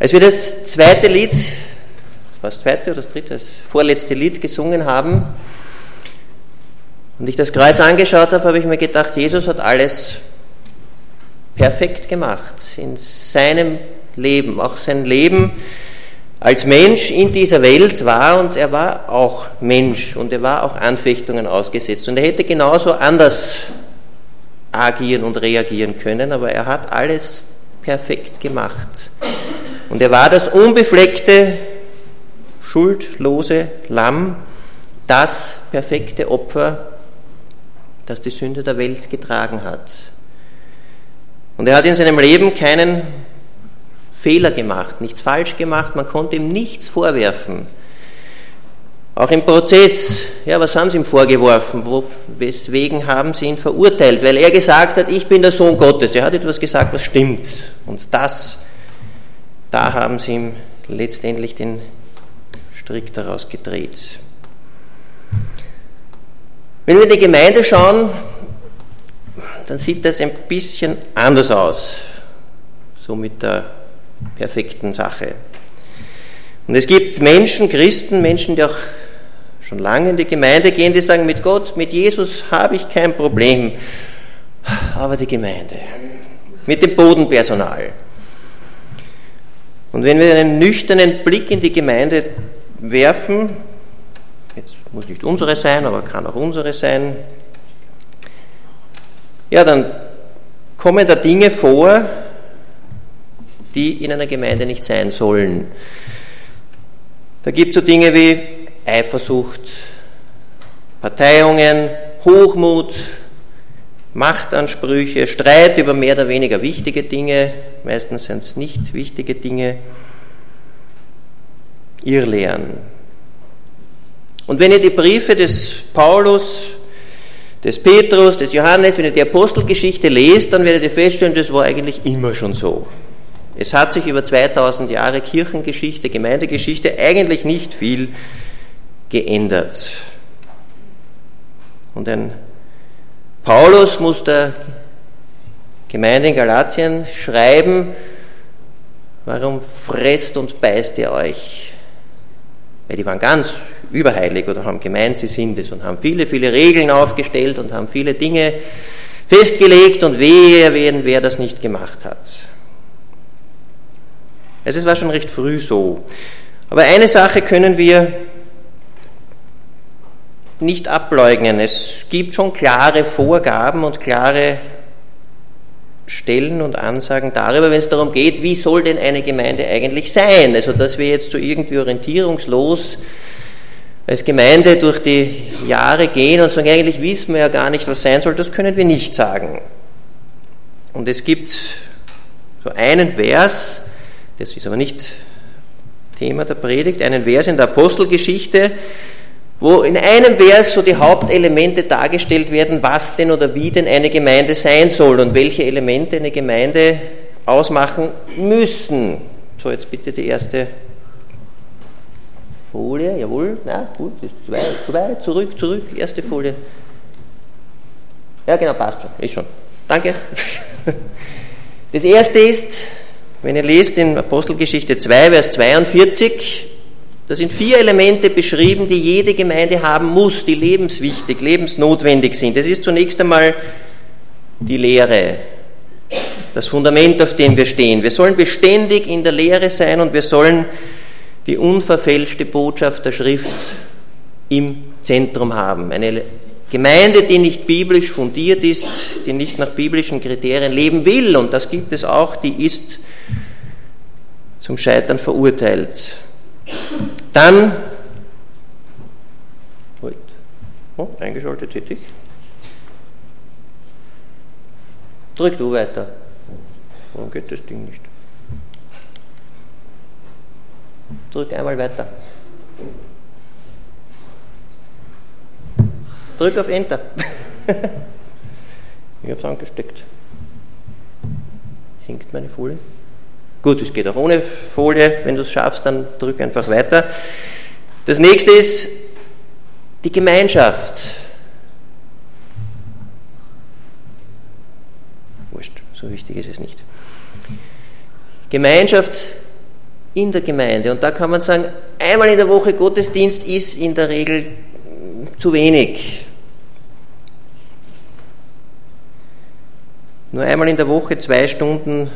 Als wir das zweite Lied, war das zweite oder das dritte, das vorletzte Lied gesungen haben und ich das Kreuz angeschaut habe, habe ich mir gedacht, Jesus hat alles perfekt gemacht in seinem Leben. Auch sein Leben als Mensch in dieser Welt war, und er war auch Mensch und er war auch Anfechtungen ausgesetzt und er hätte genauso anders agieren und reagieren können, aber er hat alles perfekt gemacht. Und er war das unbefleckte, schuldlose Lamm, das perfekte Opfer, das die Sünde der Welt getragen hat. Und er hat in seinem Leben keinen Fehler gemacht, nichts falsch gemacht, man konnte ihm nichts vorwerfen. Auch im Prozess, ja, was haben sie ihm vorgeworfen? Weswegen haben sie ihn verurteilt? Weil er gesagt hat, ich bin der Sohn Gottes. Er hat etwas gesagt, was stimmt. Und da haben sie ihm letztendlich den Strick daraus gedreht. Wenn wir in die Gemeinde schauen, dann sieht das ein bisschen anders aus, so mit der perfekten Sache. Und es gibt Menschen, Christen, Menschen, die auch schon lange in die Gemeinde gehen, die sagen, mit Gott, mit Jesus habe ich kein Problem, aber die Gemeinde, mit dem Bodenpersonal. Und wenn wir einen nüchternen Blick in die Gemeinde werfen, jetzt muss nicht unsere sein, aber kann auch unsere sein, ja, dann kommen da Dinge vor, die in einer Gemeinde nicht sein sollen. Da gibt es so Dinge wie Eifersucht, Parteiungen, Hochmut, Machtansprüche, Streit über mehr oder weniger wichtige Dinge, meistens sind es nicht wichtige Dinge, Irrlehren. Und wenn ihr die Briefe des Paulus, des Petrus, des Johannes, wenn ihr die Apostelgeschichte lest, dann werdet ihr feststellen, das war eigentlich immer schon so. Es hat sich über 2000 Jahre Kirchengeschichte, Gemeindegeschichte eigentlich nicht viel geändert. Und ein Paulus muss der Gemeinde in Galatien schreiben, warum fresst und beißt ihr euch? Weil die waren ganz überheilig oder haben gemeint, sie sind es und haben viele, viele Regeln aufgestellt und haben viele Dinge festgelegt und wehe, wer das nicht gemacht hat. Also es war schon recht früh so. Aber eine Sache können wir nicht ableugnen. Es gibt schon klare Vorgaben und klare Stellen und Ansagen darüber, wenn es darum geht, wie soll denn eine Gemeinde eigentlich sein? Also dass wir jetzt so irgendwie orientierungslos als Gemeinde durch die Jahre gehen und sagen, eigentlich wissen wir ja gar nicht, was sein soll, das können wir nicht sagen. Und es gibt so einen Vers, das ist aber nicht Thema der Predigt, einen Vers in der Apostelgeschichte, wo in einem Vers so die Hauptelemente dargestellt werden, was denn oder wie denn eine Gemeinde sein soll und welche Elemente eine Gemeinde ausmachen müssen. So, jetzt bitte die erste Folie, jawohl, na gut, ist zu weit, zurück, erste Folie. Ja genau, passt schon, ist schon. Danke. Das erste ist, wenn ihr lest in Apostelgeschichte 2, Vers 42, da sind 4 Elemente beschrieben, die jede Gemeinde haben muss, die lebenswichtig, lebensnotwendig sind. Das ist zunächst einmal die Lehre, das Fundament, auf dem wir stehen. Wir sollen beständig in der Lehre sein und wir sollen die unverfälschte Botschaft der Schrift im Zentrum haben. Eine Gemeinde, die nicht biblisch fundiert ist, die nicht nach biblischen Kriterien leben will, und das gibt es auch, die ist zum Scheitern verurteilt. Dann, eingeschaltet tätig. Drück du weiter. Warum geht das Ding nicht? Drück einmal weiter. Drück auf Enter. Ich habe es angesteckt. Hängt meine Folie? Gut, es geht auch ohne Folie. Wenn du es schaffst, dann drück einfach weiter. Das nächste ist die Gemeinschaft. Wurscht, so wichtig ist es nicht. Gemeinschaft in der Gemeinde. Und da kann man sagen, einmal in der Woche Gottesdienst ist in der Regel zu wenig. Nur einmal in der Woche 2 Stunden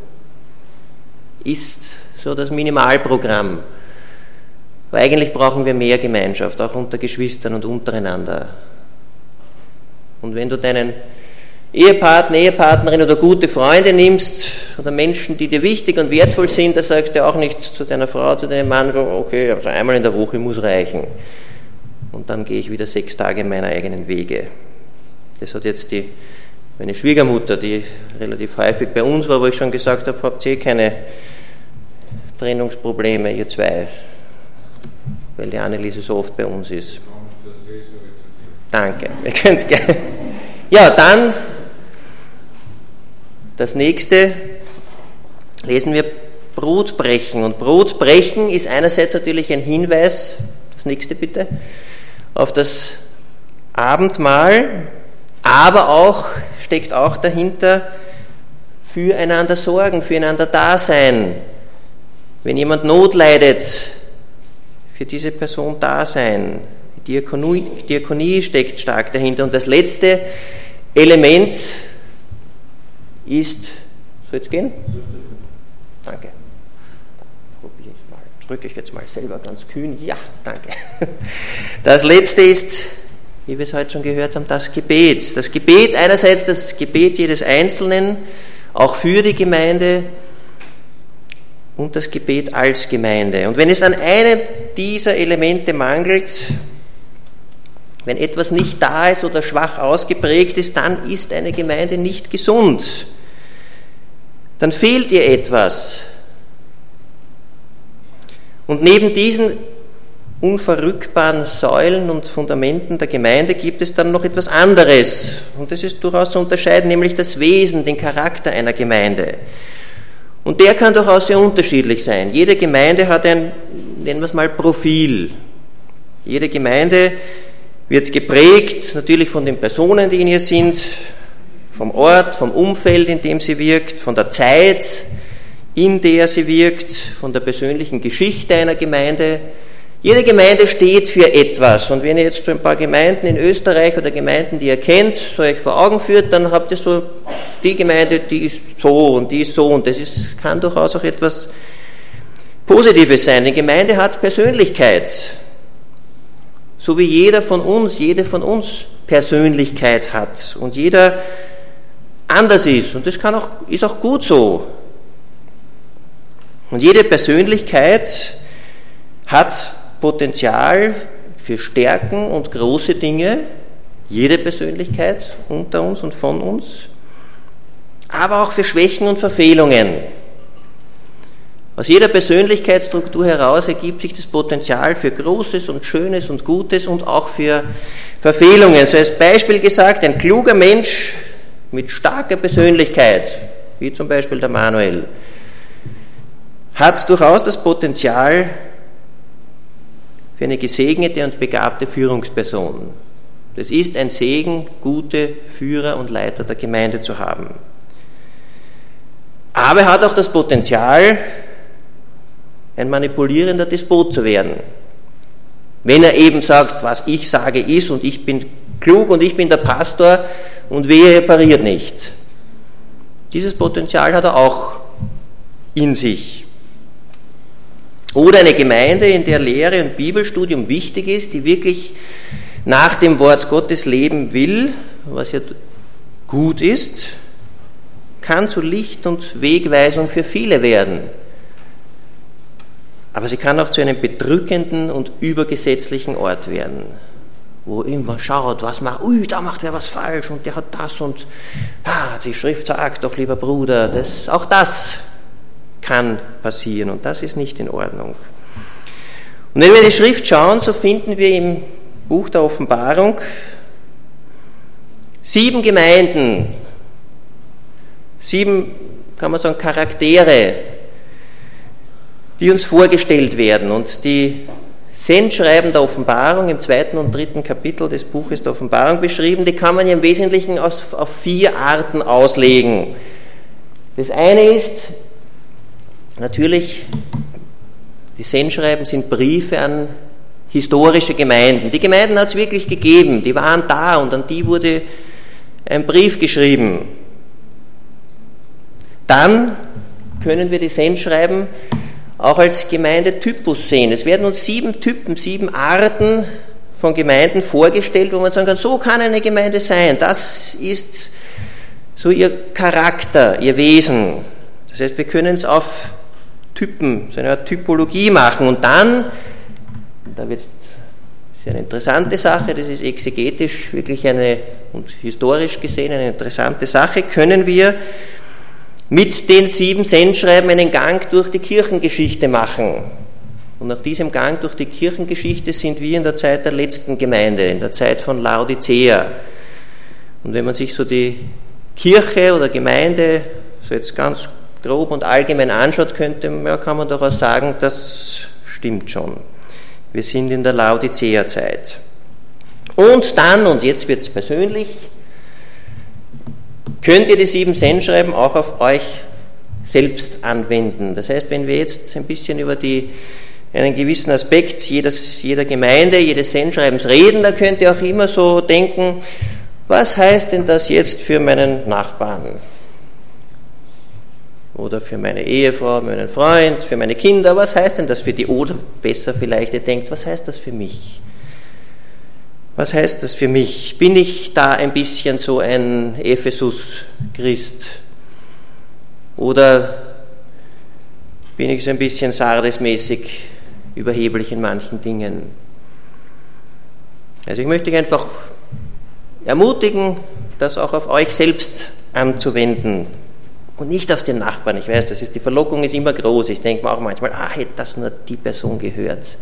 ist so das Minimalprogramm. Weil eigentlich brauchen wir mehr Gemeinschaft, auch unter Geschwistern und untereinander. Und wenn du deinen Ehepartner, Ehepartnerin oder gute Freunde nimmst oder Menschen, die dir wichtig und wertvoll sind, da sagst du auch nicht zu deiner Frau, zu deinem Mann, okay, also einmal in der Woche muss reichen. Und dann gehe ich wieder 6 Tage meiner eigenen Wege. Das hat jetzt meine Schwiegermutter, die relativ häufig bei uns war, wo ich schon gesagt habe, habt ihr keine Trennungsprobleme, ihr zwei, weil die Anneliese so oft bei uns ist. Danke, ihr könnt gerne. Ja, dann das nächste lesen wir Brotbrechen. Und Brotbrechen ist einerseits natürlich ein Hinweis, das nächste bitte, auf das Abendmahl, aber steckt auch dahinter füreinander sorgen, füreinander da sein. Wenn jemand Not leidet, für diese Person da sein. Die Diakonie steckt stark dahinter. Und das letzte Element ist, soll es gehen? Danke. Drücke ich jetzt mal selber ganz kühn. Ja, danke. Das letzte ist, wie wir es heute schon gehört haben, das Gebet. Das Gebet, einerseits das Gebet jedes Einzelnen, auch für die Gemeinde, und das Gebet als Gemeinde. Und wenn es an einem dieser Elemente mangelt, wenn etwas nicht da ist oder schwach ausgeprägt ist, dann ist eine Gemeinde nicht gesund. Dann fehlt ihr etwas. Und neben diesen unverrückbaren Säulen und Fundamenten der Gemeinde gibt es dann noch etwas anderes. Und das ist durchaus zu unterscheiden, nämlich das Wesen, den Charakter einer Gemeinde. Und der kann durchaus sehr unterschiedlich sein. Jede Gemeinde hat ein, nennen wir es mal, Profil. Jede Gemeinde wird geprägt, natürlich von den Personen, die in ihr sind, vom Ort, vom Umfeld, in dem sie wirkt, von der Zeit, in der sie wirkt, von der persönlichen Geschichte einer Gemeinde. Jede Gemeinde steht für etwas. Und wenn ihr jetzt so ein paar Gemeinden in Österreich oder Gemeinden, die ihr kennt, so euch vor Augen führt, dann habt ihr so die Gemeinde, die ist so und die ist so. Und das kann durchaus auch etwas Positives sein. Die Gemeinde hat Persönlichkeit. So wie jede von uns Persönlichkeit hat. Und jeder anders ist. Und das ist auch gut so. Und jede Persönlichkeit hat Potenzial für Stärken und große Dinge, jede Persönlichkeit unter uns und von uns, aber auch für Schwächen und Verfehlungen. Aus jeder Persönlichkeitsstruktur heraus ergibt sich das Potenzial für Großes und Schönes und Gutes und auch für Verfehlungen. So als Beispiel gesagt, ein kluger Mensch mit starker Persönlichkeit, wie zum Beispiel der Manuel, hat durchaus das Potenzial für eine gesegnete und begabte Führungsperson. Das ist ein Segen, gute Führer und Leiter der Gemeinde zu haben. Aber er hat auch das Potenzial, ein manipulierender Despot zu werden. Wenn er eben sagt, was ich sage ist und ich bin klug und ich bin der Pastor und wehe, er pariert nicht. Dieses Potenzial hat er auch in sich. Oder eine Gemeinde, in der Lehre und Bibelstudium wichtig ist, die wirklich nach dem Wort Gottes leben will, was ja gut ist, kann zu Licht und Wegweisung für viele werden. Aber sie kann auch zu einem bedrückenden und übergesetzlichen Ort werden, wo immer schaut, was macht, da macht wer was falsch und der hat das und die Schrift sagt doch, lieber Bruder, auch das kann passieren und das ist nicht in Ordnung. Und wenn wir die Schrift schauen, so finden wir im Buch der Offenbarung 7 Gemeinden, 7, kann man sagen, Charaktere, die uns vorgestellt werden. Und die Sendschreiben der Offenbarung im 2. und 3. Kapitel des Buches der Offenbarung beschrieben, die kann man ja im Wesentlichen auf 4 Arten auslegen. Das eine ist natürlich Die Sendschreiben sind Briefe an historische Gemeinden. Die Gemeinden hat es wirklich gegeben, die waren da und an die wurde ein Brief geschrieben. Dann können wir die Sendschreiben auch als Gemeindetypus sehen. Es werden uns 7 Typen, 7 Arten von Gemeinden vorgestellt, wo man sagen kann, so kann eine Gemeinde sein. Das ist so ihr Charakter, ihr Wesen. Das heißt, wir können es auf Typen, so eine Art Typologie machen. Und dann, da wird es eine interessante Sache, das ist exegetisch wirklich und historisch gesehen eine interessante Sache, können wir mit den 7 Sendschreiben einen Gang durch die Kirchengeschichte machen. Und nach diesem Gang durch die Kirchengeschichte sind wir in der Zeit der letzten Gemeinde, in der Zeit von Laodicea. Und wenn man sich so die Kirche oder Gemeinde so jetzt ganz grob und allgemein anschaut, kann man daraus sagen, das stimmt schon. Wir sind in der Laodicea-Zeit. Und dann, und jetzt wird es persönlich, könnt ihr die 7 Sendschreiben auch auf euch selbst anwenden. Das heißt, wenn wir jetzt ein bisschen über einen gewissen Aspekt jeder Gemeinde, jedes Sendschreibens reden, da könnt ihr auch immer so denken, was heißt denn das jetzt für meinen Nachbarn? Oder für meine Ehefrau, meinen Freund, für meine Kinder, was heißt denn das für die? Oder besser vielleicht, ihr denkt, was heißt das für mich? Was heißt das für mich? Bin ich da ein bisschen so ein Ephesus-Christ? Oder bin ich so ein bisschen Sardes-mäßig überheblich in manchen Dingen? Also ich möchte euch einfach ermutigen, das auch auf euch selbst anzuwenden und nicht auf den Nachbarn. Ich weiß, die Verlockung ist immer groß. Ich denke mir auch manchmal, hätte das nur die Person gehört.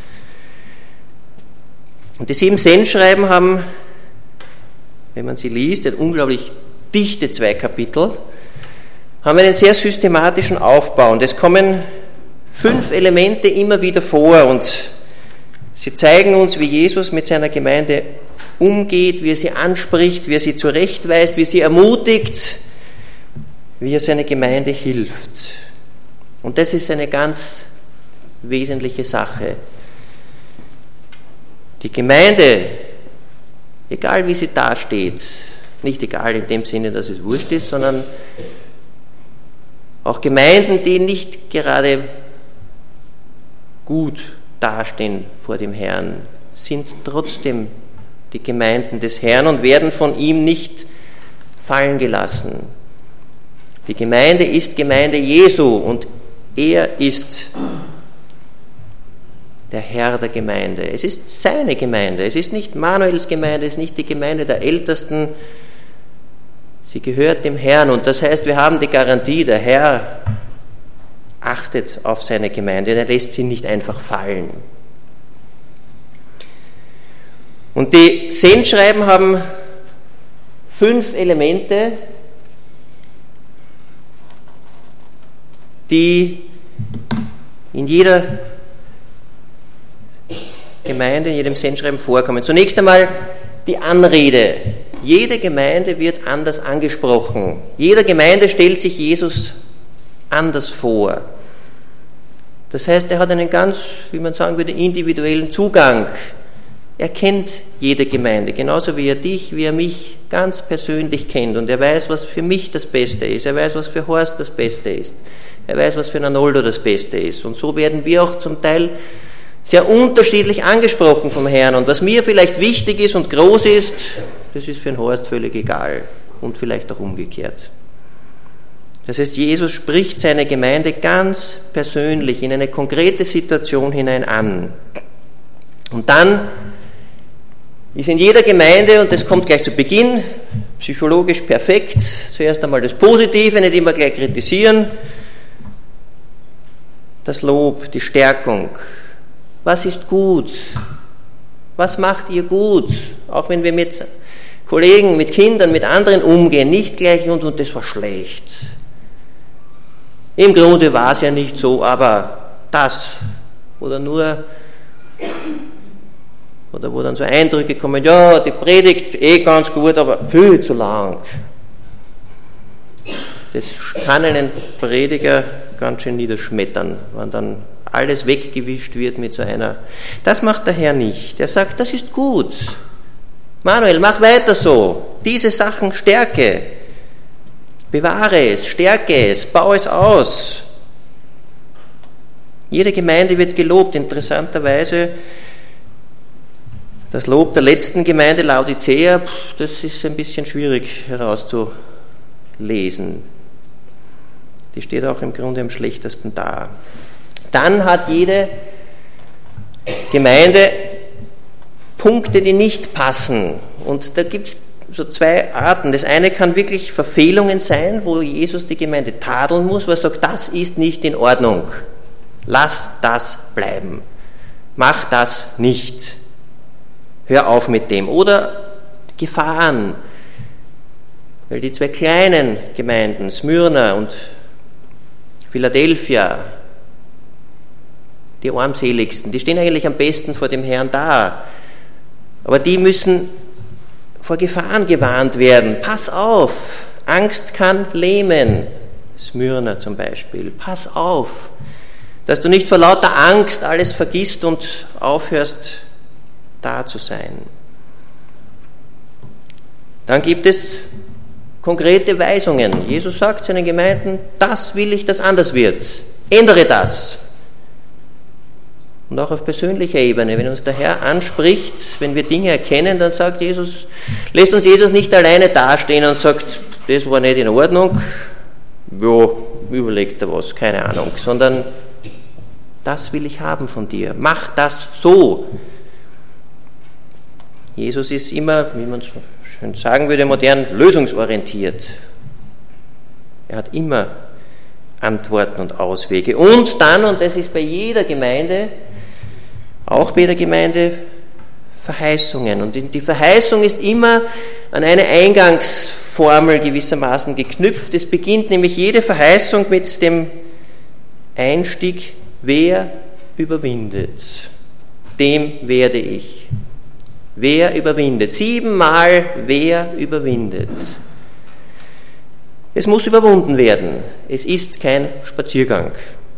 Und die 7 Sendschreiben haben, wenn man sie liest, ein unglaublich dichte 2 Kapitel, haben einen sehr systematischen Aufbau. Und es kommen 5 Elemente immer wieder vor und sie zeigen uns, wie Jesus mit seiner Gemeinde umgeht, wie er sie anspricht, wie er sie zurechtweist, wie er sie ermutigt, wie er seine Gemeinde hilft. Und das ist eine ganz wesentliche Sache. Die Gemeinde, egal wie sie dasteht, nicht egal in dem Sinne, dass es wurscht ist, sondern auch Gemeinden, die nicht gerade gut dastehen vor dem Herrn, sind trotzdem die Gemeinden des Herrn und werden von ihm nicht fallen gelassen. Die Gemeinde ist Gemeinde Jesu und er ist der Herr der Gemeinde. Es ist seine Gemeinde. Es ist nicht Manuels Gemeinde, es ist nicht die Gemeinde der Ältesten. Sie gehört dem Herrn und das heißt, wir haben die Garantie, der Herr achtet auf seine Gemeinde, er lässt sie nicht einfach fallen. Und die Sendschreiben haben 5 Elemente, die in jeder Gemeinde, in jedem Sendschreiben vorkommen. Zunächst einmal die Anrede. Jede Gemeinde wird anders angesprochen. Jeder Gemeinde stellt sich Jesus anders vor. Das heißt, er hat einen ganz, wie man sagen würde, individuellen Zugang. Er kennt jede Gemeinde, genauso wie er dich, wie er mich ganz persönlich kennt. Und er weiß, was für mich das Beste ist. Er weiß, was für Horst das Beste ist. Er weiß, was für Arnoldo das Beste ist. Und so werden wir auch zum Teil sehr unterschiedlich angesprochen vom Herrn. Und was mir vielleicht wichtig ist und groß ist, das ist für den Horst völlig egal. Und vielleicht auch umgekehrt. Das heißt, Jesus spricht seine Gemeinde ganz persönlich in eine konkrete Situation hinein an. Und dann ist in jeder Gemeinde, und das kommt gleich zu Beginn, psychologisch perfekt, zuerst einmal das Positive, nicht immer gleich kritisieren, das Lob, die Stärkung. Was ist gut? Was macht ihr gut? Auch wenn wir mit Kollegen, mit Kindern, mit anderen umgehen, nicht gleich und das war schlecht. Im Grunde war es ja nicht so, aber das oder nur, oder wo dann so Eindrücke kommen, ja, die Predigt ganz gut, aber viel zu lang. Das kann einen Prediger ganz schön niederschmettern, wenn dann alles weggewischt wird mit so einer. Das macht der Herr nicht. Er sagt, das ist gut. Manuel, mach weiter so. Diese Sachen stärke. Bewahre es, stärke es, baue es aus. Jede Gemeinde wird gelobt. Interessanterweise, das Lob der letzten Gemeinde, Laodicea, das ist ein bisschen schwierig herauszulesen. Die steht auch im Grunde am schlechtesten da. Dann hat jede Gemeinde Punkte, die nicht passen. Und da gibt es so zwei Arten. Das eine kann wirklich Verfehlungen sein, wo Jesus die Gemeinde tadeln muss, weil er sagt, das ist nicht in Ordnung. Lass das bleiben. Mach das nicht. Hör auf mit dem. Oder Gefahren. Weil die zwei kleinen Gemeinden, Smyrna und Philadelphia, die armseligsten, die stehen eigentlich am besten vor dem Herrn da. Aber die müssen vor Gefahren gewarnt werden. Pass auf, Angst kann lähmen. Smyrna zum Beispiel. Pass auf, dass du nicht vor lauter Angst alles vergisst und aufhörst, da zu sein. Dann gibt es konkrete Weisungen. Jesus sagt seinen Gemeinden, das will ich, dass anders wird. Ändere das. Und auch auf persönlicher Ebene, wenn uns der Herr anspricht, wenn wir Dinge erkennen, dann sagt Jesus, lässt uns Jesus nicht alleine dastehen und sagt, das war nicht in Ordnung, ja, überleg dir was, keine Ahnung, sondern das will ich haben von dir, mach das so. Jesus ist immer, wie man es schön sagen würde, modern, lösungsorientiert. Er hat immer Antworten und Auswege. Und dann, und das ist bei jeder Gemeinde, auch bei der Gemeinde, Verheißungen. Und die Verheißung ist immer an eine Eingangsformel gewissermaßen geknüpft. Es beginnt nämlich jede Verheißung mit dem Einstieg, wer überwindet, dem werde ich. Wer überwindet? 7-mal, wer überwindet? Es muss überwunden werden. Es ist kein Spaziergang.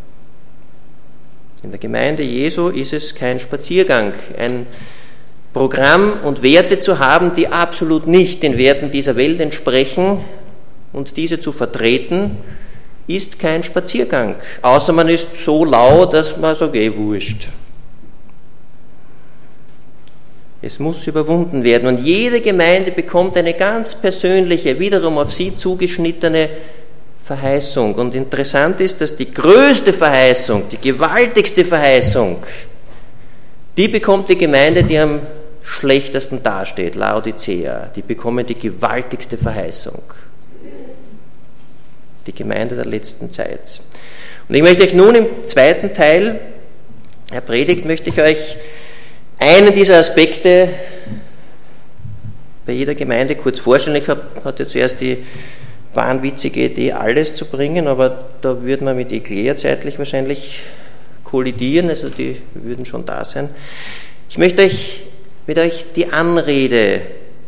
In der Gemeinde Jesu ist es kein Spaziergang, ein Programm und Werte zu haben, die absolut nicht den Werten dieser Welt entsprechen und diese zu vertreten, ist kein Spaziergang. Außer man ist so lau, dass man sagt, wurscht. Es muss überwunden werden und jede Gemeinde bekommt eine ganz persönliche, wiederum auf sie zugeschnittene Verheißung. Und interessant ist, dass die größte Verheißung, die gewaltigste Verheißung, die bekommt die Gemeinde, die am schlechtesten dasteht, Laodicea. Die bekommen die gewaltigste Verheißung. Die Gemeinde der letzten Zeit. Und ich möchte euch nun im zweiten Teil der Predigt, möchte ich euch einen dieser Aspekte bei jeder Gemeinde kurz vorstellen. Ich hatte zuerst die wahnwitzige Idee, alles zu bringen, aber da würde man mit Eclair zeitlich wahrscheinlich kollidieren, also die würden schon da sein. Ich möchte mit euch die Anrede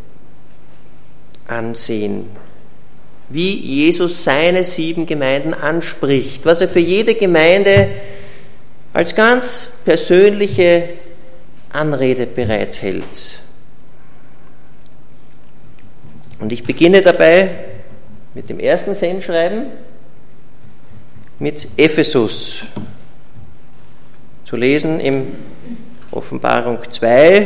ansehen, wie Jesus seine 7 Gemeinden anspricht, was er für jede Gemeinde als ganz persönliche Anrede bereithält. Und ich beginne dabei mit dem ersten Sendschreiben, mit Ephesus, zu lesen im Offenbarung 2,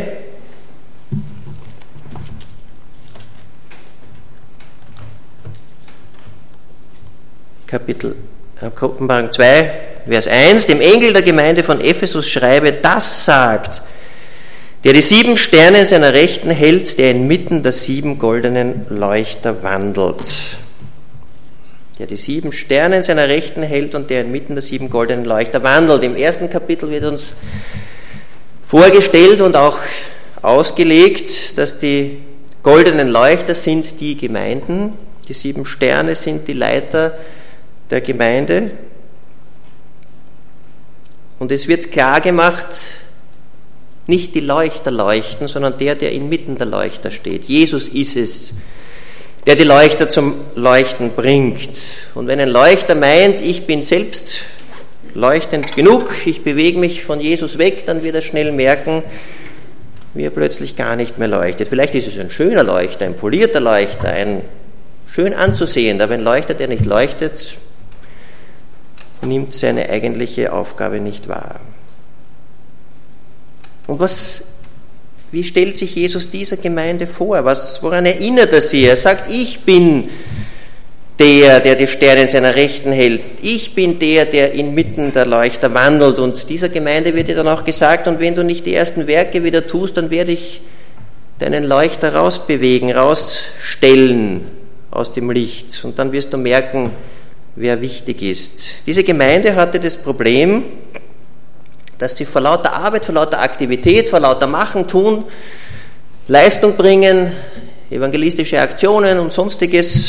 Offenbarung 2, Vers 1, dem Engel der Gemeinde von Ephesus schreibe, das sagt, der die 7 Sterne in seiner Rechten hält, der inmitten der 7 goldenen Leuchter wandelt. Der die 7 Sterne in seiner Rechten hält und der inmitten der 7 goldenen Leuchter wandelt. Im ersten Kapitel wird uns vorgestellt und auch ausgelegt, dass die goldenen Leuchter sind die Gemeinden, die 7 Sterne sind die Leiter der Gemeinde. Und es wird klar gemacht, nicht die Leuchter leuchten, sondern der inmitten der Leuchter steht. Jesus ist es, der die Leuchter zum Leuchten bringt. Und wenn ein Leuchter meint, ich bin selbst leuchtend genug, ich bewege mich von Jesus weg, dann wird er schnell merken, wie er plötzlich gar nicht mehr leuchtet. Vielleicht ist es ein schöner Leuchter, ein polierter Leuchter, ein schön anzusehender, aber ein Leuchter, der nicht leuchtet, nimmt seine eigentliche Aufgabe nicht wahr. Und wie stellt sich Jesus dieser Gemeinde vor? Woran erinnert er sie? Er sagt, ich bin der die Sterne in seiner Rechten hält. Ich bin der inmitten der Leuchter wandelt. Und dieser Gemeinde wird dir dann auch gesagt, und wenn du nicht die ersten Werke wieder tust, dann werde ich deinen Leuchter rausbewegen, rausstellen aus dem Licht. Und dann wirst du merken, wer wichtig ist. Diese Gemeinde hatte das Problem, dass sie vor lauter Arbeit, vor lauter Aktivität, vor lauter Machen, Tun, Leistung bringen, evangelistische Aktionen und Sonstiges,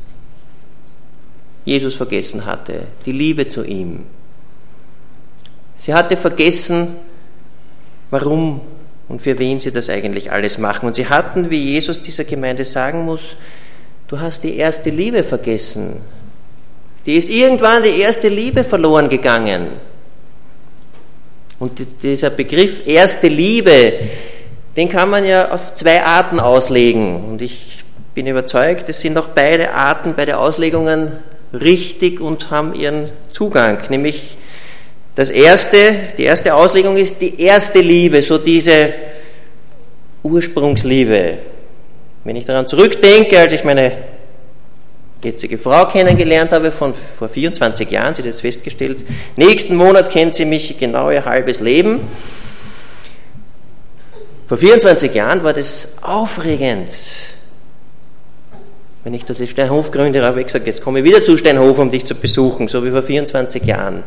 Jesus vergessen hatte, die Liebe zu ihm. Sie hatte vergessen, warum und für wen sie das eigentlich alles machen. Und sie hatten, wie Jesus dieser Gemeinde sagen muss, du hast die erste Liebe vergessen. Die ist irgendwann die erste Liebe verloren gegangen. Und dieser Begriff erste Liebe, den kann man ja auf zwei Arten auslegen. Und ich bin überzeugt, es sind auch beide Arten, beide Auslegungen richtig und haben ihren Zugang. Nämlich die erste Auslegung ist die erste Liebe, so diese Ursprungsliebe. Wenn ich daran zurückdenke, als ich meine jetzige Frau kennengelernt habe, vor 24 Jahren, sie hat jetzt festgestellt, nächsten Monat kennt sie mich genau ihr halbes Leben. Vor 24 Jahren war das aufregend. Wenn ich da den Steinhof gründe, habe ich gesagt, jetzt komme ich wieder zu Steinhof, um dich zu besuchen, so wie vor 24 Jahren.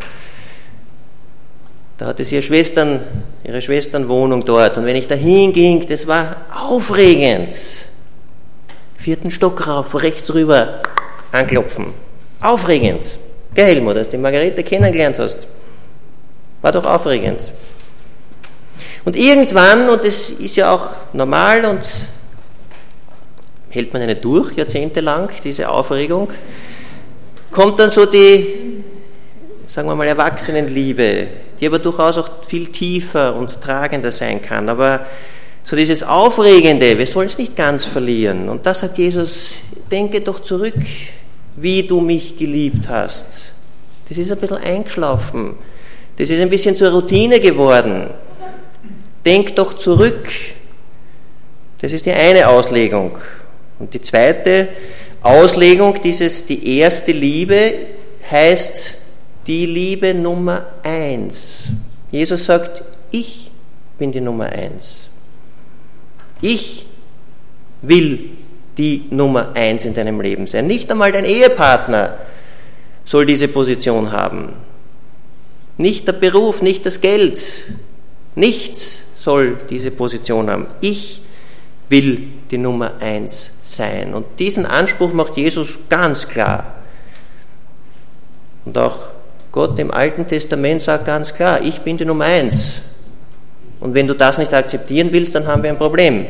Da hatte sie ihre Schwesternwohnung dort. Und wenn ich da hinging, das war aufregend. 4. Stock rauf, rechts rüber, anklopfen. Aufregend. Gell, Helmut, als du die Margarete kennengelernt hast. War doch aufregend. Und irgendwann, und das ist ja auch normal und hält man ja nicht durch, jahrzehntelang, diese Aufregung, kommt dann so die, sagen wir mal, Erwachsenenliebe, die aber durchaus auch viel tiefer und tragender sein kann. Aber so dieses Aufregende, wir sollen es nicht ganz verlieren. Und da sagt Jesus, denke doch zurück, wie du mich geliebt hast. Das ist ein bisschen eingeschlafen. Das ist ein bisschen zur Routine geworden. Denk doch zurück. Das ist die eine Auslegung. Und die zweite Auslegung, die erste Liebe, heißt die Liebe Nummer 1. Jesus sagt, ich bin die Nummer 1. Ich will die Nummer 1 in deinem Leben sein. Nicht einmal dein Ehepartner soll diese Position haben. Nicht der Beruf, nicht das Geld. Nichts soll diese Position haben. Ich will die Nummer 1 sein. Und diesen Anspruch macht Jesus ganz klar. Und auch Gott im Alten Testament sagt ganz klar, ich bin die Nummer 1. Und wenn du das nicht akzeptieren willst, dann haben wir ein Problem.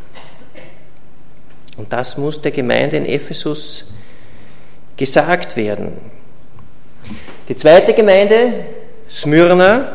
Und das muss der Gemeinde in Ephesus gesagt werden. Die zweite Gemeinde, Smyrna,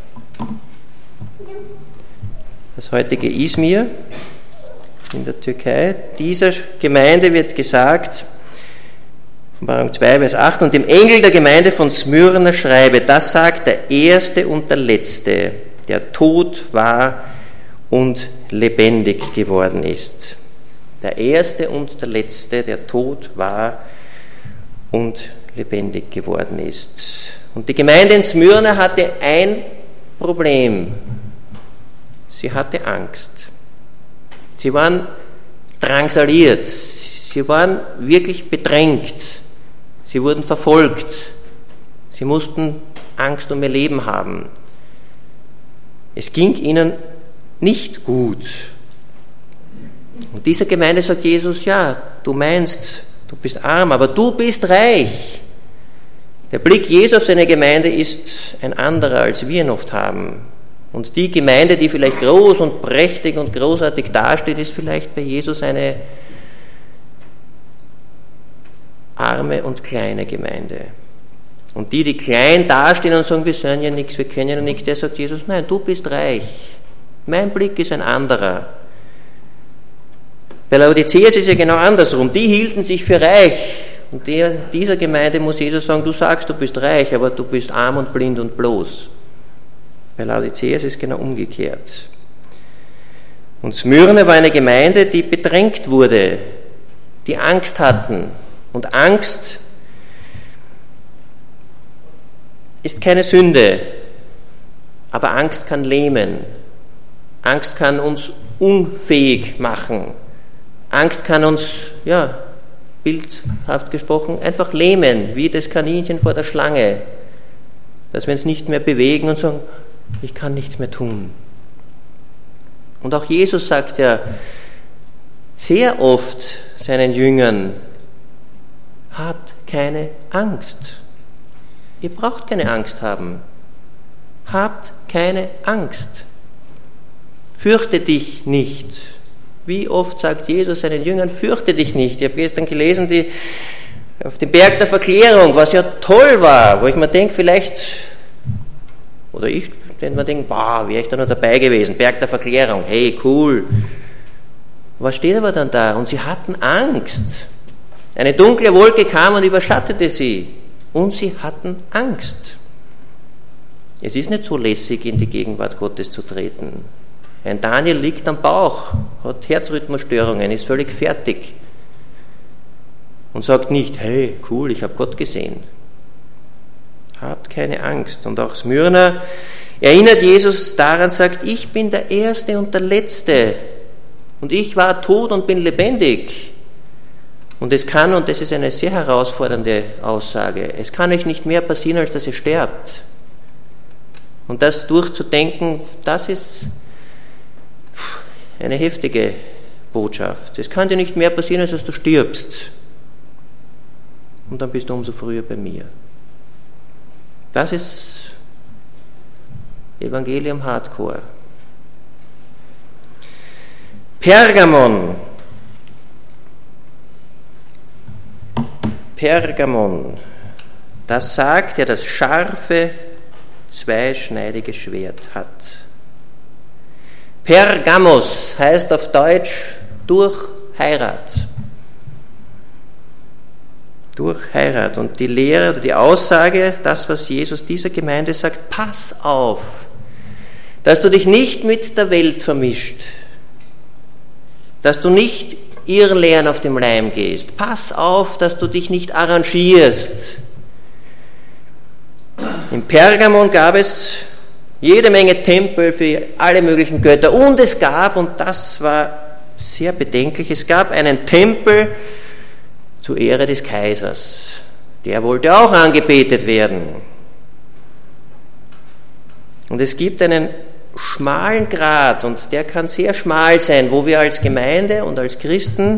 das heutige Izmir in der Türkei, dieser Gemeinde wird gesagt, Offenbarung 2, Vers 8, und dem Engel der Gemeinde von Smyrna schreibe, das sagt der Erste und der Letzte, der tot war und lebendig geworden ist. Der Erste und der Letzte, der tot war und lebendig geworden ist. Und die Gemeinde in Smyrna hatte ein Problem. Sie hatte Angst. Sie waren drangsaliert. Sie waren wirklich bedrängt. Sie wurden verfolgt. Sie mussten Angst um ihr Leben haben. Es ging ihnen nicht gut. Und dieser Gemeinde sagt Jesus, ja, du meinst, du bist arm, aber du bist reich. Der Blick Jesu auf seine Gemeinde ist ein anderer, als wir ihn oft haben. Und die Gemeinde, die vielleicht groß und prächtig und großartig dasteht, ist vielleicht bei Jesus eine arme und kleine Gemeinde. Und die klein dastehen und sagen, wir sind ja nichts, wir kennen ja nichts, der sagt Jesus, nein, du bist reich. Mein Blick ist ein anderer. Bei Laodicea ist es ja genau andersrum. Die hielten sich für reich. Und dieser Gemeinde muss Jesus sagen, du sagst, du bist reich, aber du bist arm und blind und bloß. Bei Laodicea ist es genau umgekehrt. Und Smyrna war eine Gemeinde, die bedrängt wurde, die Angst hatten. Und Angst ist keine Sünde, aber Angst kann lähmen. Angst kann uns unfähig machen. Angst kann uns, bildhaft gesprochen, einfach lähmen, wie das Kaninchen vor der Schlange, dass wir uns nicht mehr bewegen und sagen, ich kann nichts mehr tun. Und auch Jesus sagt ja sehr oft seinen Jüngern, habt keine Angst. Ihr braucht keine Angst haben. Habt keine Angst. Fürchte dich nicht. Wie oft sagt Jesus seinen Jüngern, fürchte dich nicht. Ich habe gestern gelesen, auf dem Berg der Verklärung, was ja toll war, wo ich mir denke, vielleicht, oder ich, wenn man denkt, wäre ich da noch dabei gewesen, Berg der Verklärung, hey, cool. Was steht aber dann da? Und sie hatten Angst. Eine dunkle Wolke kam und überschattete sie. Und sie hatten Angst. Es ist nicht so lässig, in die Gegenwart Gottes zu treten. Ein Daniel liegt am Bauch, hat Herzrhythmusstörungen, ist völlig fertig und sagt nicht, hey, cool, ich habe Gott gesehen. Habt keine Angst. Und auch Smyrna erinnert Jesus daran, sagt, ich bin der Erste und der Letzte und ich war tot und bin lebendig. Und es kann, und das ist eine sehr herausfordernde Aussage, es kann euch nicht mehr passieren, als dass ihr sterbt. Und das durchzudenken, das ist eine heftige Botschaft. Es kann dir nicht mehr passieren, als dass du stirbst. Und dann bist du umso früher bei mir. Das ist Evangelium Hardcore. Pergamon, das sagt, der das scharfe, zweischneidige Schwert hat. Pergamos heißt auf Deutsch durch Heirat. Durch Heirat. Und die Lehre oder die Aussage, das, was Jesus dieser Gemeinde sagt, pass auf, dass du dich nicht mit der Welt vermischt, dass du nicht Irrlehren auf dem Leim gehst. Pass auf, dass du dich nicht arrangierst. In Pergamon gab es jede Menge Tempel für alle möglichen Götter. Und es gab, und das war sehr bedenklich, es gab einen Tempel zur Ehre des Kaisers. Der wollte auch angebetet werden. Und es gibt einen schmalen Grat, und der kann sehr schmal sein, wo wir als Gemeinde und als Christen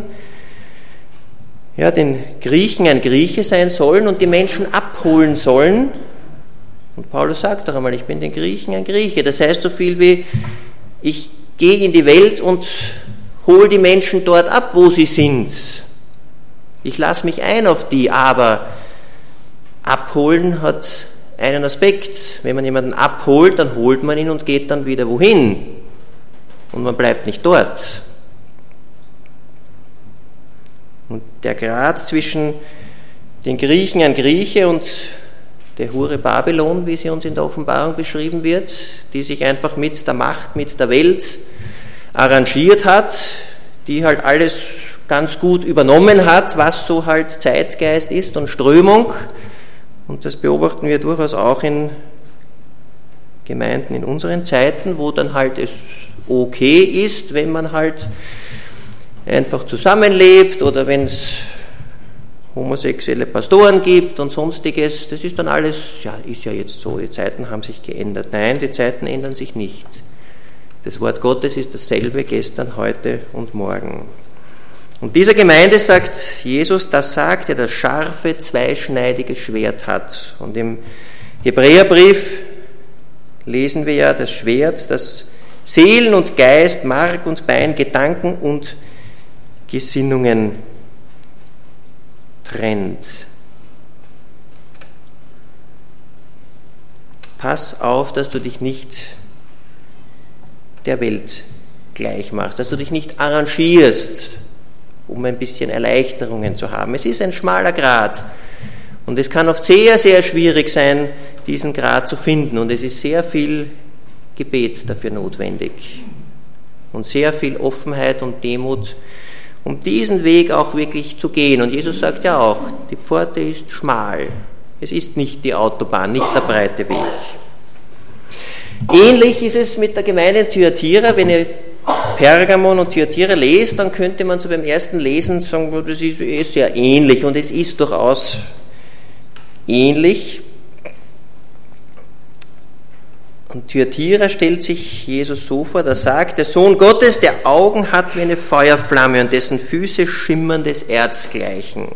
den Griechen ein Grieche sein sollen und die Menschen abholen sollen. Und Paulus sagt doch einmal, ich bin den Griechen ein Grieche. Das heißt so viel wie, ich gehe in die Welt und hole die Menschen dort ab, wo sie sind. Ich lasse mich ein auf die, aber abholen hat einen Aspekt. Wenn man jemanden abholt, dann holt man ihn und geht dann wieder wohin. Und man bleibt nicht dort. Und der Grat zwischen den Griechen ein Grieche und der Hure Babylon, wie sie uns in der Offenbarung beschrieben wird, die sich einfach mit der Macht, mit der Welt arrangiert hat, die halt alles ganz gut übernommen hat, was so halt Zeitgeist ist und Strömung. Und das beobachten wir durchaus auch in Gemeinden in unseren Zeiten, wo dann halt es okay ist, wenn man halt einfach zusammenlebt oder wenn es homosexuelle Pastoren gibt und sonstiges. Das ist dann alles, ist ja jetzt so, die Zeiten haben sich geändert. Nein, die Zeiten ändern sich nicht. Das Wort Gottes ist dasselbe gestern, heute und morgen. Und dieser Gemeinde sagt Jesus, das sagt, der das scharfe, zweischneidige Schwert hat. Und im Hebräerbrief lesen wir ja das Schwert, das Seelen und Geist, Mark und Bein, Gedanken und Gesinnungen trennt. pass auf, dass du dich nicht der Welt gleich machst, dass du dich nicht arrangierst, um ein bisschen Erleichterungen zu haben. Es ist ein schmaler Grat und es kann oft sehr, sehr schwierig sein, diesen Grat zu finden, und es ist sehr viel Gebet dafür notwendig und sehr viel Offenheit und Demut, um diesen Weg auch wirklich zu gehen. Und Jesus sagt ja auch, die Pforte ist schmal, es ist nicht die Autobahn, nicht der breite Weg. Ähnlich ist es mit der Gemeinde in Thyatira. Wenn ihr Pergamon und Thyatira lest, dann könnte man so beim ersten Lesen sagen, das ist sehr ähnlich, und es ist durchaus ähnlich. Und Thyatira stellt sich Jesus so vor, der sagt, der Sohn Gottes, der Augen hat wie eine Feuerflamme und dessen Füße schimmernden Erz gleichen.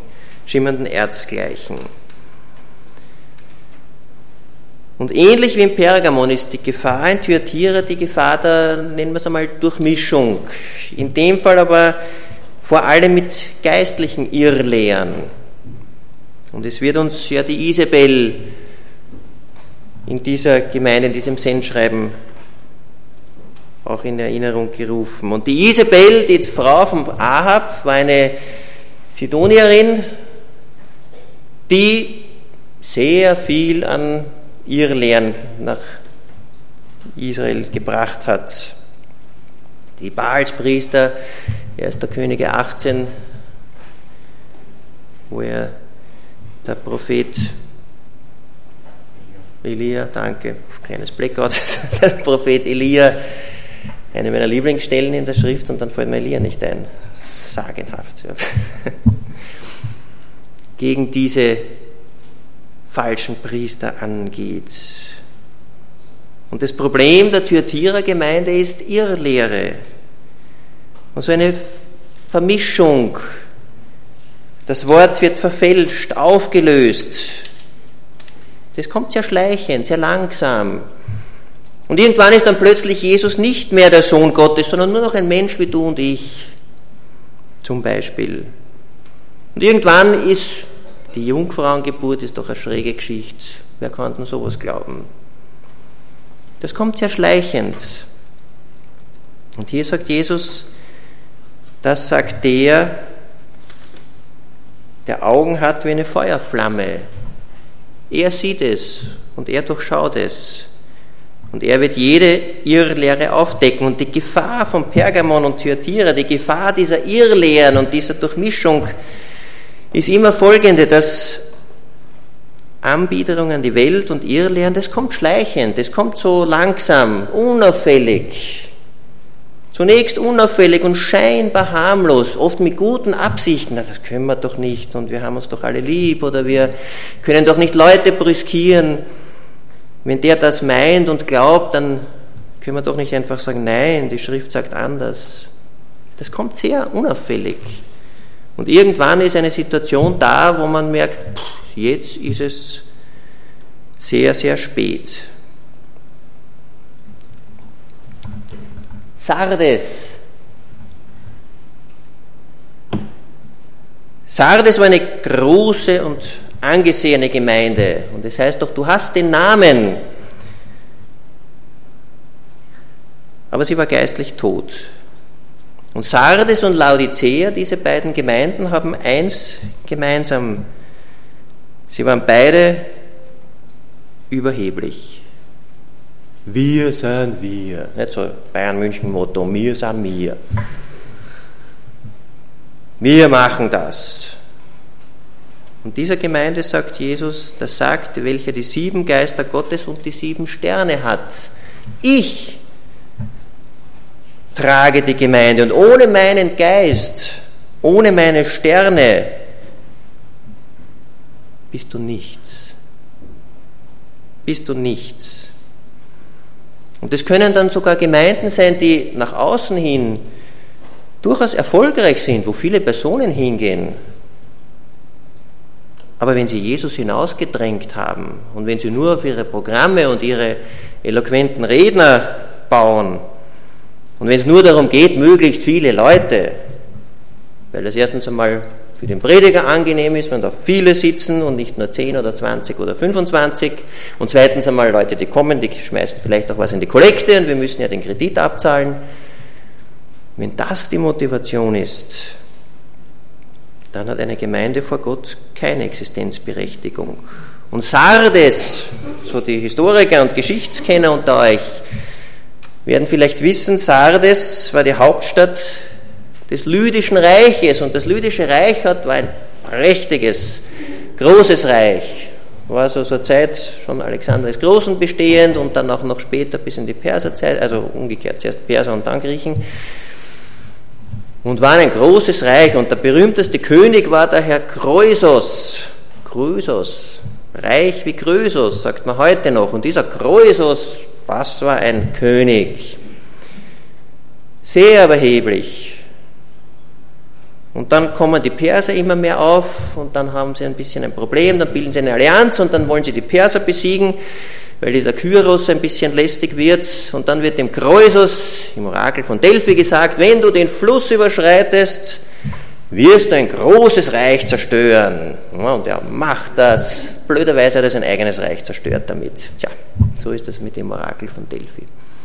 Und ähnlich wie in Pergamon ist die Gefahr in Thyatira die Gefahr der, nennen wir es einmal, Durchmischung. In dem Fall aber vor allem mit geistlichen Irrlehren. Und es wird uns ja die Isabel in dieser Gemeinde, in diesem Sendschreiben auch in Erinnerung gerufen. Und die Isabel, die Frau von Ahab, war eine Sidonierin, die sehr viel an Irrlehren nach Israel gebracht hat. Die Baalspriester, 1. Könige 18, wo der Prophet Elia, danke, kleines Blackout, der Prophet Elia, eine meiner Lieblingsstellen in der Schrift, und dann fällt mir Elia nicht ein. Sagenhaft. Ja. Gegen diese falschen Priester angeht. Und das Problem der Thyatira-Gemeinde ist Irrlehre. Und so eine Vermischung. Das Wort wird verfälscht, aufgelöst. Das kommt sehr schleichend, sehr langsam. Und irgendwann ist dann plötzlich Jesus nicht mehr der Sohn Gottes, sondern nur noch ein Mensch wie du und ich, zum Beispiel. Und irgendwann ist die Jungfrauengeburt ist doch eine schräge Geschichte. Wer kann denn sowas glauben? Das kommt sehr schleichend. Und hier sagt Jesus, das sagt der Augen hat wie eine Feuerflamme. Er sieht es und er durchschaut es. Und er wird jede Irrlehre aufdecken. Und die Gefahr von Pergamon und Thyatira, die Gefahr dieser Irrlehren und dieser Durchmischung ist immer folgende, dass Anbiederung an die Welt und Irrlehren, das kommt schleichend, das kommt so langsam, unauffällig. Zunächst unauffällig und scheinbar harmlos, oft mit guten Absichten. Das können wir doch nicht und wir haben uns doch alle lieb oder wir können doch nicht Leute brüskieren. Wenn der das meint und glaubt, dann können wir doch nicht einfach sagen, nein, die Schrift sagt anders. Das kommt sehr unauffällig. Und irgendwann ist eine Situation da, wo man merkt, jetzt ist es sehr, sehr spät. Sardes. Sardes war eine große und angesehene Gemeinde. Und das heißt doch, du hast den Namen. Aber sie war geistlich tot. Und Sardes und Laodicea, diese beiden Gemeinden, haben eins gemeinsam. Sie waren beide überheblich. Wir sind wir. Nicht so Bayern-München-Motto, wir sind wir. Wir machen das. Und dieser Gemeinde sagt Jesus, das sagt, welcher die 7 Geister Gottes und die 7 Sterne hat. Ich trage die Gemeinde und ohne meinen Geist, ohne meine Sterne, bist du nichts. Bist du nichts. Und das können dann sogar Gemeinden sein, die nach außen hin durchaus erfolgreich sind, wo viele Personen hingehen. Aber wenn sie Jesus hinausgedrängt haben und wenn sie nur auf ihre Programme und ihre eloquenten Redner bauen und wenn es nur darum geht, möglichst viele Leute, weil das erstens einmal für den Prediger angenehm ist, wenn da viele sitzen und nicht nur 10 oder 20 oder 25. Und zweitens einmal Leute, die kommen, die schmeißen vielleicht auch was in die Kollekte und wir müssen ja den Kredit abzahlen. Wenn das die Motivation ist, dann hat eine Gemeinde vor Gott keine Existenzberechtigung. Und Sardes, so die Historiker und Geschichtskenner unter euch, werden vielleicht wissen, Sardes war die Hauptstadt des Lydischen Reiches und das Lydische Reich war ein prächtiges, großes Reich. War so zur Zeit schon Alexander des Großen bestehend und dann auch noch später bis in die Perserzeit, also umgekehrt, zuerst Perser und dann Griechen. Und war ein großes Reich und der berühmteste König war daher Kreusos, reich wie Krösus, sagt man heute noch. Und dieser Kreusos, das war ein König, sehr überheblich. Und dann kommen die Perser immer mehr auf und dann haben sie ein bisschen ein Problem, dann bilden sie eine Allianz und dann wollen sie die Perser besiegen, weil dieser Kyros ein bisschen lästig wird und dann wird dem Kreusos im Orakel von Delphi gesagt, wenn du den Fluss überschreitest, wirst du ein großes Reich zerstören. Ja, und er macht das. Blöderweise hat er sein eigenes Reich zerstört damit. Tja, so ist das mit dem Orakel von Delphi.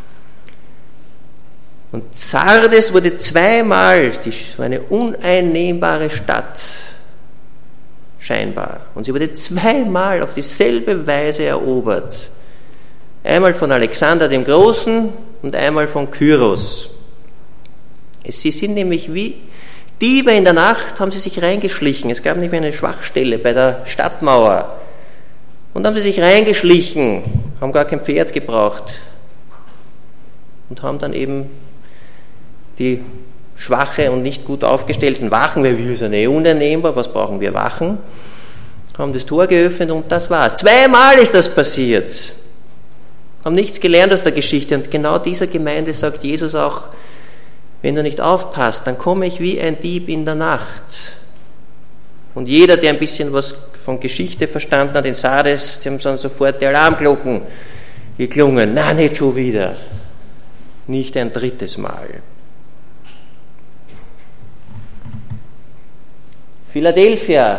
Und Sardes wurde zweimal, das war eine uneinnehmbare Stadt, scheinbar. Und sie wurde zweimal auf dieselbe Weise erobert. Einmal von Alexander dem Großen und einmal von Kyros. Sie sind nämlich wie Diebe in der Nacht, haben sie sich reingeschlichen. Es gab nämlich eine Schwachstelle bei der Stadtmauer. Und haben sie sich reingeschlichen, haben gar kein Pferd gebraucht. Und haben dann eben die schwache und nicht gut aufgestellten Wachen, weil wir sind uneinnehmbar, was brauchen wir Wachen, haben das Tor geöffnet und das war's. Zweimal ist das passiert. Haben nichts gelernt aus der Geschichte und genau dieser Gemeinde sagt Jesus auch, wenn du nicht aufpasst, dann komme ich wie ein Dieb in der Nacht. Und jeder, der ein bisschen was von Geschichte verstanden hat in Sardes, die haben dann sofort die Alarmglocken geklungen. Na, nicht schon wieder. Nicht ein drittes Mal. Philadelphia,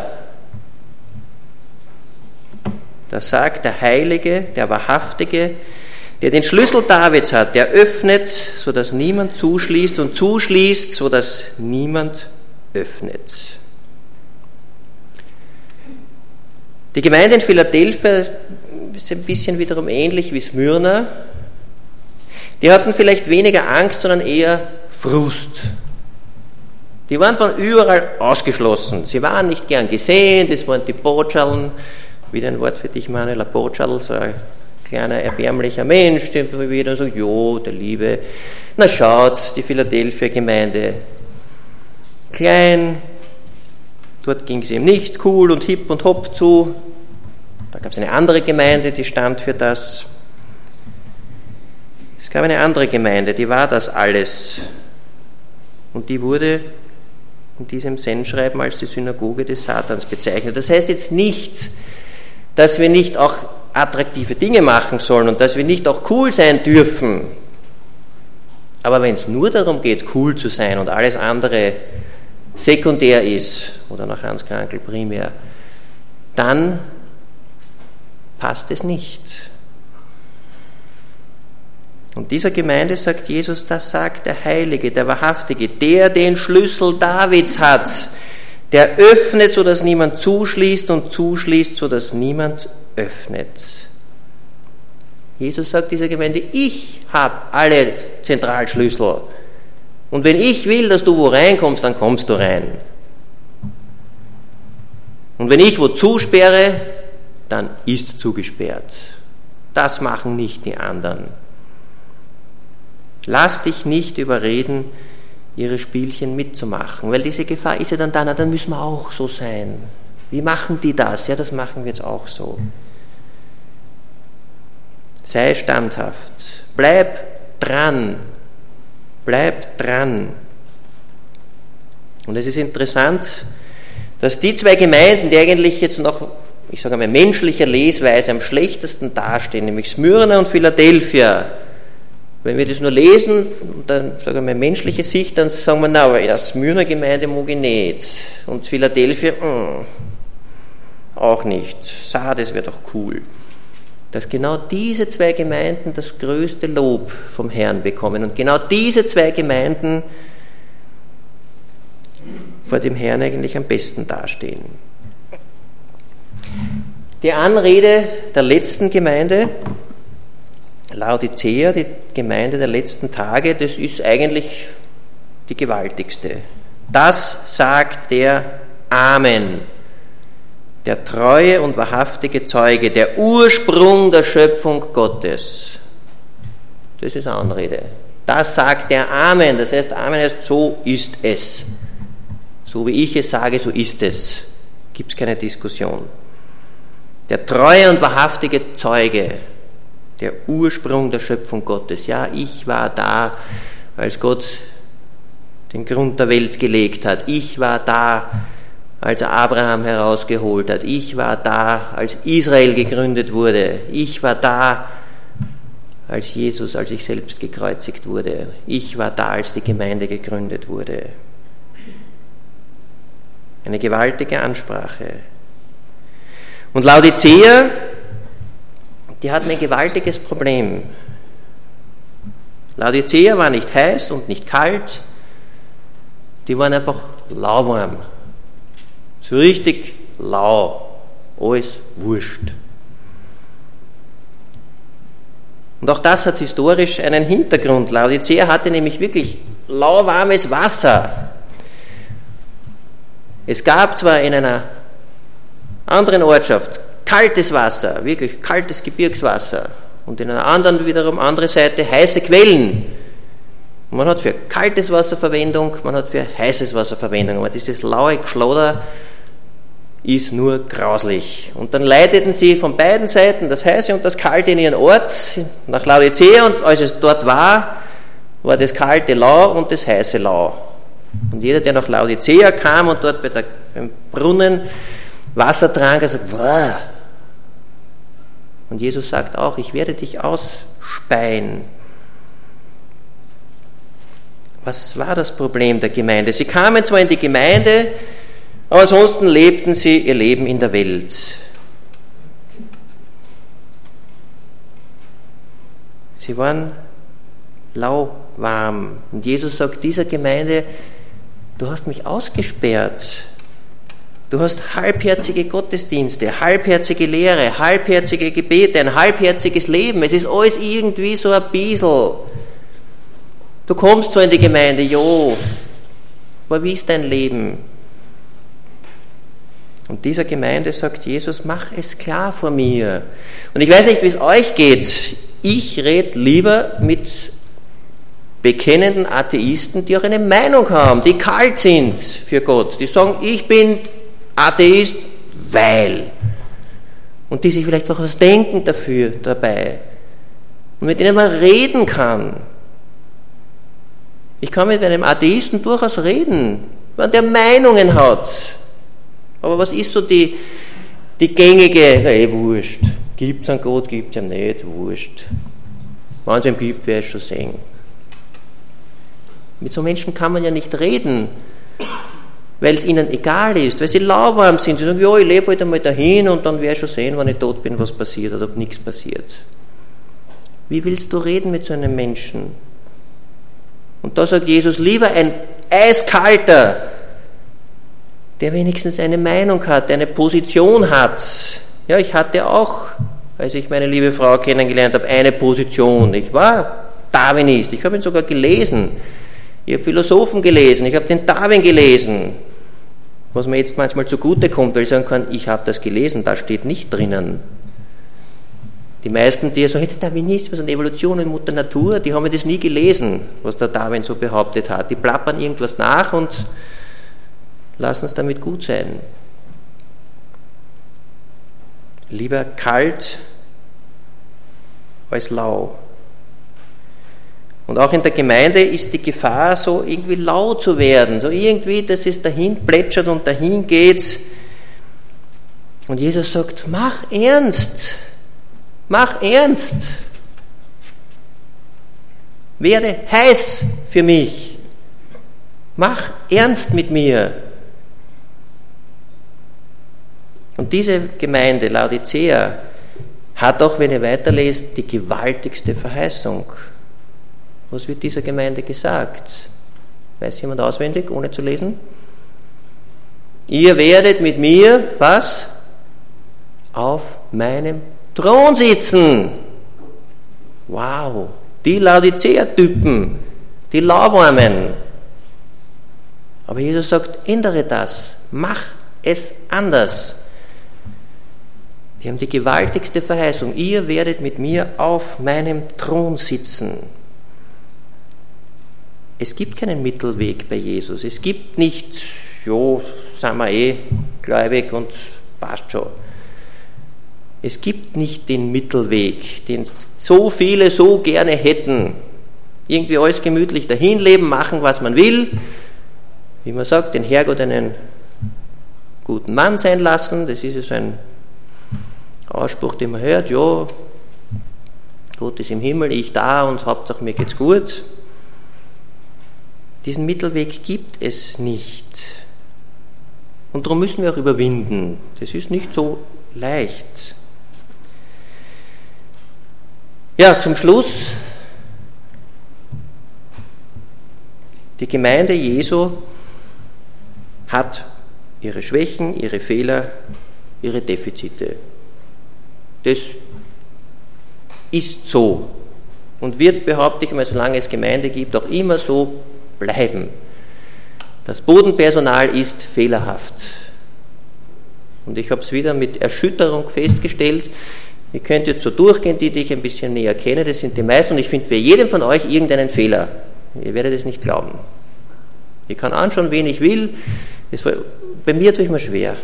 da sagt der Heilige, der Wahrhaftige, der den Schlüssel Davids hat, der öffnet, sodass niemand zuschließt und zuschließt, sodass niemand öffnet. Die Gemeinde in Philadelphia ist ein bisschen wiederum ähnlich wie Smyrna. Die hatten vielleicht weniger Angst, sondern eher Frust. Die waren von überall ausgeschlossen. Sie waren nicht gern gesehen, das waren die Botschallen, wieder ein Wort für dich, Manuel, ein Botschall, so ein kleiner, erbärmlicher Mensch, der wieder sagt, jo, der Liebe. Na schaut, die Philadelphia-Gemeinde, klein, dort ging es eben nicht cool und hip und hopp zu. Da gab es eine andere Gemeinde, die stand für das. Es gab eine andere Gemeinde, die war das alles. Und die wurde in diesem Sendschreiben als die Synagoge des Satans bezeichnet. Das heißt jetzt nicht, dass wir nicht auch attraktive Dinge machen sollen und dass wir nicht auch cool sein dürfen. Aber wenn es nur darum geht, cool zu sein und alles andere sekundär ist, oder nach Hans Krankl primär, dann passt es nicht. Und dieser Gemeinde sagt Jesus, das sagt der Heilige, der Wahrhaftige, der den Schlüssel Davids hat, der öffnet, sodass niemand zuschließt und zuschließt, sodass niemand öffnet. Jesus sagt dieser Gemeinde, ich habe alle Zentralschlüssel. Und wenn ich will, dass du wo reinkommst, dann kommst du rein. Und wenn ich wo zusperre, dann ist zugesperrt. Das machen nicht die anderen. Lass dich nicht überreden, ihre Spielchen mitzumachen, weil diese Gefahr ist ja dann da, na, dann müssen wir auch so sein. Wie machen die das? Ja, das machen wir jetzt auch so. Sei standhaft. Bleib dran. Bleib dran. Und es ist interessant, dass die zwei Gemeinden, die eigentlich jetzt noch, ich sage mal, menschlicher Lesweise am schlechtesten dastehen, nämlich Smyrna und Philadelphia, wenn wir das nur lesen, dann sagen wir menschliche Sicht, dann sagen wir, na, aber das Smyrna-Gemeinde mag ich nicht. Und Philadelphia, auch nicht. Sardes wäre doch cool. Dass genau diese zwei Gemeinden das größte Lob vom Herrn bekommen und genau diese zwei Gemeinden vor dem Herrn eigentlich am besten dastehen. Die Anrede der letzten Gemeinde, Laodicea, die Gemeinde der letzten Tage, das ist eigentlich die gewaltigste. Das sagt der Amen, der treue und wahrhaftige Zeuge, der Ursprung der Schöpfung Gottes. Das ist eine Anrede. Das sagt der Amen. Das heißt, Amen heißt, so ist es. So wie ich es sage, so ist es. Gibt es keine Diskussion. Der treue und wahrhaftige Zeuge, der Ursprung der Schöpfung Gottes. Ja, ich war da, als Gott den Grund der Welt gelegt hat. Ich war da, als er Abraham herausgeholt hat. Ich war da, als Israel gegründet wurde. Ich war da, als Jesus, als ich selbst gekreuzigt wurde. Ich war da, als die Gemeinde gegründet wurde. Eine gewaltige Ansprache. Und Laodicea, die hatten ein gewaltiges Problem. Laodicea war nicht heiß und nicht kalt, die waren einfach lauwarm. So richtig lau, alles wurscht. Und auch das hat historisch einen Hintergrund. Laodicea hatte nämlich wirklich lauwarmes Wasser. Es gab zwar in einer anderen Ortschaft kaltes Wasser, wirklich kaltes Gebirgswasser, und in einer anderen wiederum andere Seite heiße Quellen. Und man hat für kaltes Wasser Verwendung, man hat für heißes Wasser Verwendung, aber dieses laue Geschloder ist nur grauslich. Und dann leiteten sie von beiden Seiten das Heiße und das Kalte in ihren Ort nach Laodicea, und als es dort war, war das Kalte lau und das Heiße lau. Und jeder, der nach Laodicea kam und dort beim Brunnen Wasser trank, er sagt, wow. Und Jesus sagt auch, ich werde dich ausspeien. Was war das Problem der Gemeinde? Sie kamen zwar in die Gemeinde, aber ansonsten lebten sie ihr Leben in der Welt. Sie waren lauwarm. Und Jesus sagt dieser Gemeinde, du hast mich ausgesperrt. Du hast halbherzige Gottesdienste, halbherzige Lehre, halbherzige Gebete, ein halbherziges Leben. Es ist alles irgendwie so ein bisschen. Du kommst zwar in die Gemeinde, jo, aber wie ist dein Leben? Und dieser Gemeinde sagt Jesus, mach es klar vor mir. Und ich weiß nicht, wie es euch geht. Ich rede lieber mit bekennenden Atheisten, die auch eine Meinung haben, die kalt sind für Gott. Die sagen, ich bin Atheist, weil. Und die sich vielleicht auch was denken dafür dabei. Und mit denen man reden kann. Ich kann mit einem Atheisten durchaus reden, wenn der Meinungen hat. Aber was ist so die gängige, wurscht. Gibt es einen Gott, gibt es ihn nicht, wurscht. Wenn es ihn gibt, werde ich schon sehen. Mit so Menschen kann man ja nicht reden, weil es ihnen egal ist, weil sie lauwarm sind. Sie sagen, ja, ich lebe halt einmal dahin und dann werde ich schon sehen, wenn ich tot bin, was passiert oder ob nichts passiert. Wie willst du reden mit so einem Menschen? Und da sagt Jesus, lieber ein Eiskalter, der wenigstens eine Meinung hat, der eine Position hat. Ja, ich hatte auch, als ich meine liebe Frau kennengelernt habe, eine Position. Ich war Darwinist, ich habe ihn sogar gelesen. Ich habe Philosophen gelesen, ich habe den Darwin gelesen. Was mir jetzt manchmal zugute kommt, weil ich sagen kann, ich habe das gelesen, da steht nicht drinnen. Die meisten, die sagen, der Darwinismus und Evolution und Mutter Natur, die haben das nie gelesen, was der Darwin so behauptet hat. Die plappern irgendwas nach und lassen es damit gut sein. Lieber kalt als lau. Und auch in der Gemeinde ist die Gefahr, so irgendwie lau zu werden, so irgendwie, dass es dahin plätschert und dahin geht. Und Jesus sagt, mach ernst, mach ernst. Werde heiß für mich. Mach ernst mit mir. Und diese Gemeinde, Laodicea, hat auch, wenn ihr weiterlest, die gewaltigste Verheißung. Was wird dieser Gemeinde gesagt? Weiß jemand auswendig, ohne zu lesen? Ihr werdet mit mir, was? Auf meinem Thron sitzen. Wow, die Laodicea-Typen, die Lauwarmen. Aber Jesus sagt, ändere das, mach es anders. Die haben die gewaltigste Verheißung. Ihr werdet mit mir auf meinem Thron sitzen. Es gibt keinen Mittelweg bei Jesus. Es gibt nicht, sind wir gläubig und passt schon. Es gibt nicht den Mittelweg, den so viele so gerne hätten. Irgendwie alles gemütlich dahinleben, machen, was man will. Wie man sagt, den Herrgott einen guten Mann sein lassen. Das ist ja so ein Ausspruch, den man hört. Ja, Gott ist im Himmel, ich da und Hauptsache mir geht's gut. Diesen Mittelweg gibt es nicht. Und darum müssen wir auch überwinden. Das ist nicht so leicht. Ja, zum Schluss. Die Gemeinde Jesu hat ihre Schwächen, ihre Fehler, ihre Defizite. Das ist so und wird, behaupte ich mal, solange es Gemeinde gibt, auch immer so bleiben. Das Bodenpersonal ist fehlerhaft. Und ich habe es wieder mit Erschütterung festgestellt. Ihr könnt jetzt so durchgehen, die ich ein bisschen näher kenne, das sind die meisten, und ich finde bei jedem von euch irgendeinen Fehler. Ihr werdet es nicht glauben. Ich kann anschauen, wen ich will. Bei mir tue ich mir schwer.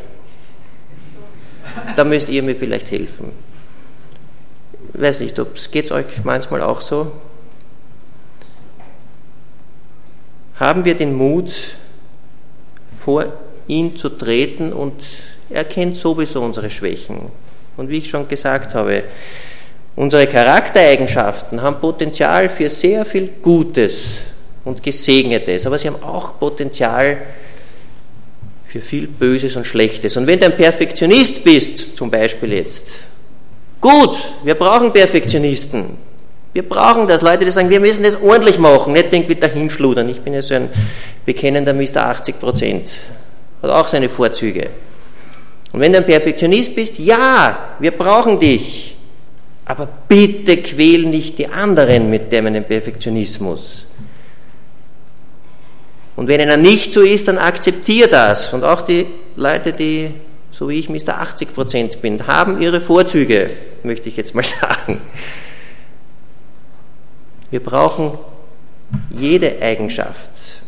Da müsst ihr mir vielleicht helfen. Ich weiß nicht, geht es euch manchmal auch so? Haben wir den Mut, vor ihn zu treten, und er kennt sowieso unsere Schwächen. Und wie ich schon gesagt habe, unsere Charaktereigenschaften haben Potenzial für sehr viel Gutes und Gesegnetes, aber sie haben auch Potenzial für viel Böses und Schlechtes. Und wenn du ein Perfektionist bist, zum Beispiel jetzt, gut, wir brauchen Perfektionisten. Wir brauchen das, Leute, die sagen, wir müssen das ordentlich machen, nicht irgendwie dahinschludern. Ich bin ja so ein bekennender Mr. 80%. Hat auch seine Vorzüge. Und wenn du ein Perfektionist bist, ja, wir brauchen dich. Aber bitte quäl nicht die anderen mit deinem Perfektionismus. Und wenn einer nicht so ist, dann akzeptier das. Und auch die Leute, die, so wie ich, Mr. 80% bin, haben ihre Vorzüge, möchte ich jetzt mal sagen. Wir brauchen jede Eigenschaft,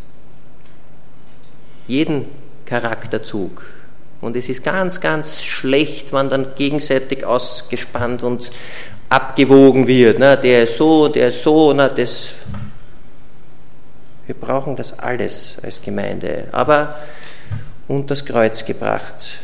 jeden Charakterzug. Und es ist ganz, ganz schlecht, wenn dann gegenseitig ausgespannt und abgewogen wird. Na, der ist so, na, das. Wir brauchen das alles als Gemeinde, aber unter das Kreuz gebracht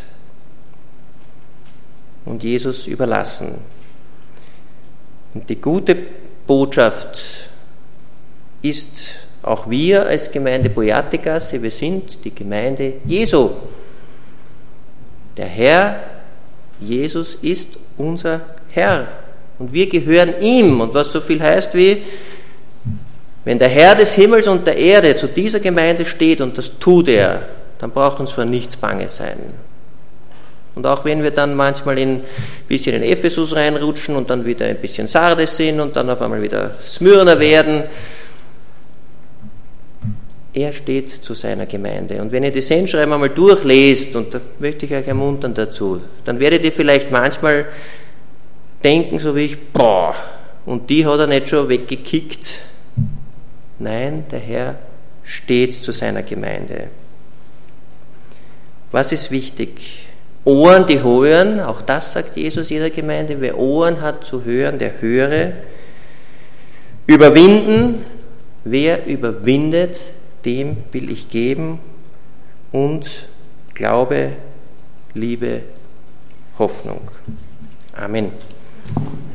und Jesus überlassen. Und die gute Botschaft ist, auch wir als Gemeinde Bojaticgasse, wir sind die Gemeinde Jesu. Der Herr, Jesus, ist unser Herr und wir gehören ihm. Und was so viel heißt wie, wenn der Herr des Himmels und der Erde zu dieser Gemeinde steht, und das tut er, dann braucht uns vor nichts bange sein. Und auch wenn wir dann manchmal ein bisschen in Ephesus reinrutschen und dann wieder ein bisschen Sardes sind und dann auf einmal wieder Smyrna werden, er steht zu seiner Gemeinde. Und wenn ihr die Sendschreiben einmal durchlest, und da möchte ich euch ermuntern dazu, dann werdet ihr vielleicht manchmal denken, so wie ich, boah, und die hat er nicht schon weggekickt. Nein, der Herr steht zu seiner Gemeinde. Was ist wichtig? Ohren, die hören, auch das sagt Jesus jeder Gemeinde, wer Ohren hat zu hören, der höre. Überwinden, wer überwindet, dem will ich geben. Und Glaube, Liebe, Hoffnung. Amen.